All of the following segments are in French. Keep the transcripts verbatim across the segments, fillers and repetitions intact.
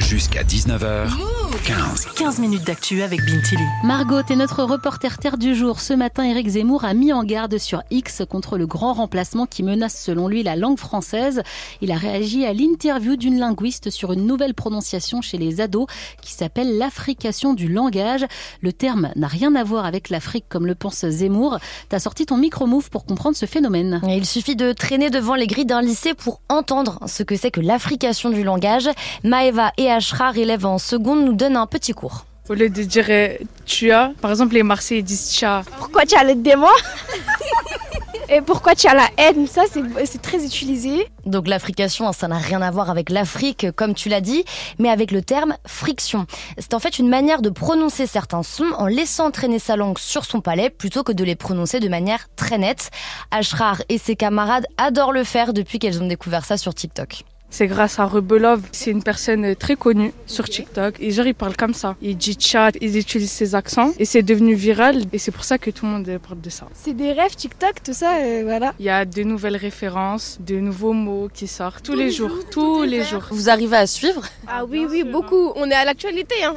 Jusqu'à dix-neuf heures quinze. quinze minutes d'actu avec Bintili. Margot, t'es notre reporter terre du jour. Ce matin, Éric Zemmour a mis en garde sur X contre le grand remplacement qui menace selon lui la langue française. Il a réagi à l'interview d'une linguiste sur une nouvelle prononciation chez les ados qui s'appelle l'affrication du langage. Le terme n'a rien à voir avec l'Afrique comme le pense Zemmour. T'as sorti ton micro-move pour comprendre ce phénomène. Il suffit de traîner devant les grilles d'un lycée pour entendre ce que c'est que l'affrication du langage. Maëva et Ashrar, élèves en seconde, nous donnent un petit cours. Au lieu de dire euh, tu as, par exemple les Marseillais disent tcha. Pourquoi tu as le démon? Et pourquoi tu as la haine? Ça, c'est, c'est très utilisé. Donc l'affrication, ça n'a rien à voir avec l'Afrique, comme tu l'as dit, mais avec le terme friction. C'est en fait une manière de prononcer certains sons en laissant traîner sa langue sur son palais plutôt que de les prononcer de manière très nette. Ashrar et ses camarades adorent le faire depuis qu'elles ont découvert ça sur TikTok. C'est grâce à Rebelov, c'est une personne très connue sur TikTok. Et genre, il parle comme ça. Il dit chat, il utilise ses accents. Et c'est devenu viral. Et c'est pour ça que tout le monde parle de ça. C'est des rêves TikTok, tout ça, euh, voilà. Il y a de nouvelles références, de nouveaux mots qui sortent tous, tous les jours. jours tous les jours. Vous arrivez à suivre? Ah oui, oui, beaucoup. On est à l'actualité, hein.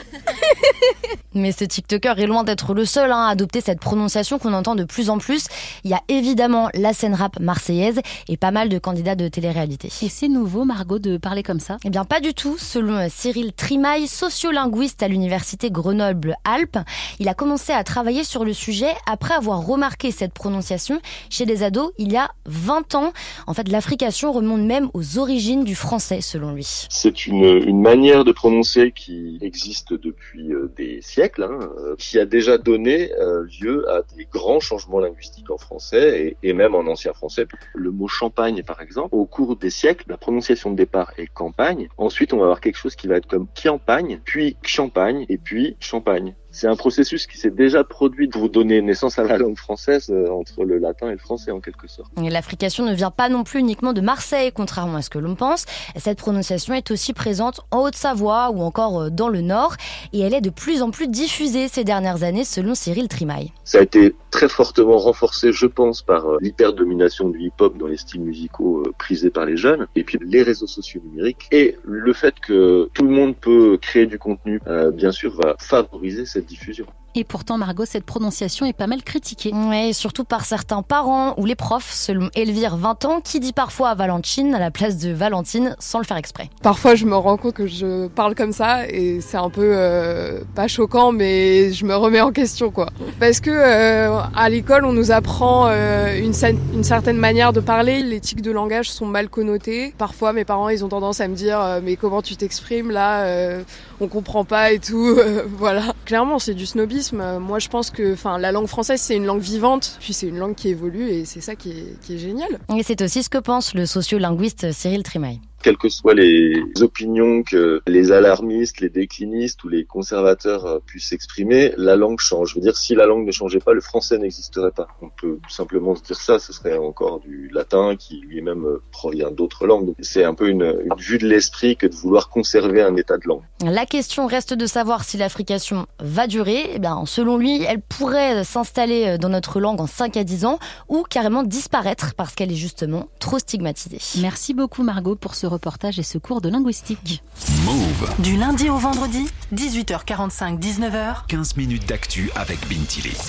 Mais ce TikToker est loin d'être le seul hein, à adopter cette prononciation qu'on entend de plus en plus. Il y a évidemment la scène rap marseillaise et pas mal de candidats de télé-réalité. Et c'est nouveau, Margot, de parler comme ça? Eh bien, pas du tout. Selon Cyril Trimaille, sociolinguiste à l'université Grenoble-Alpes, il a commencé à travailler sur le sujet après avoir remarqué cette prononciation chez des ados il y a vingt ans. En fait, l'affrication remonte même aux origines du français, selon lui. C'est une, une manière de prononcer qui existe depuis euh, des siècles, hein, euh, qui a déjà donné euh, lieu à des grands changements linguistiques en français et, et même en ancien français. Le mot champagne, par exemple, au cours des siècles, la prononciation de départ et campagne. Ensuite, on va avoir quelque chose qui va être comme Chiampagne, puis Champagne, et puis Champagne. C'est un processus qui s'est déjà produit pour donner naissance à la langue française euh, entre le latin et le français en quelque sorte. Et l'affrication ne vient pas non plus uniquement de Marseille, contrairement à ce que l'on pense. Cette prononciation est aussi présente en Haute-Savoie ou encore dans le Nord et elle est de plus en plus diffusée ces dernières années selon Cyril Trimaille. Ça a été très fortement renforcé, je pense, par euh, l'hyperdomination du hip-hop dans les styles musicaux euh, prisés par les jeunes et puis les réseaux sociaux numériques et le fait que tout le monde peut créer du contenu, euh, bien sûr, va favoriser cette diffusion. Et pourtant, Margot, cette prononciation est pas mal critiquée. Oui, surtout par certains parents ou les profs, selon Elvire, vingt ans, qui dit parfois à Valentine à la place de Valentine sans le faire exprès. Parfois, je me rends compte que je parle comme ça et c'est un peu euh, pas choquant, mais je me remets en question, quoi. Parce que euh, à l'école, on nous apprend euh, une, une certaine manière de parler. Les tics de langage sont mal connotés. Parfois, mes parents, ils ont tendance à me dire euh, mais comment tu t'exprimes là euh, on comprend pas et tout. Euh, voilà. Clairement, c'est du snobisme. Moi, je pense que enfin, la langue française, c'est une langue vivante, puis c'est une langue qui évolue et c'est ça qui est, qui est génial. Et c'est aussi ce que pense le sociolinguiste Cyril Trimaille. Quelles que soient les opinions que les alarmistes, les déclinistes ou les conservateurs puissent exprimer, la langue change. Je veux dire, si la langue ne changeait pas, le français n'existerait pas. On peut tout simplement se dire ça, ce serait encore du latin qui lui-même provient d'autres langues. Donc, c'est un peu une, une vue de l'esprit que de vouloir conserver un état de langue. La question reste de savoir si l'affrication va durer. Eh bien, selon lui, elle pourrait s'installer dans notre langue en cinq à dix ans ou carrément disparaître parce qu'elle est justement trop stigmatisée. Merci beaucoup Margot pour ce reportage et ce cours de linguistique. Move. Du lundi au vendredi, dix-huit heures quarante-cinq, dix-neuf heures. quinze minutes d'actu avec Bintili.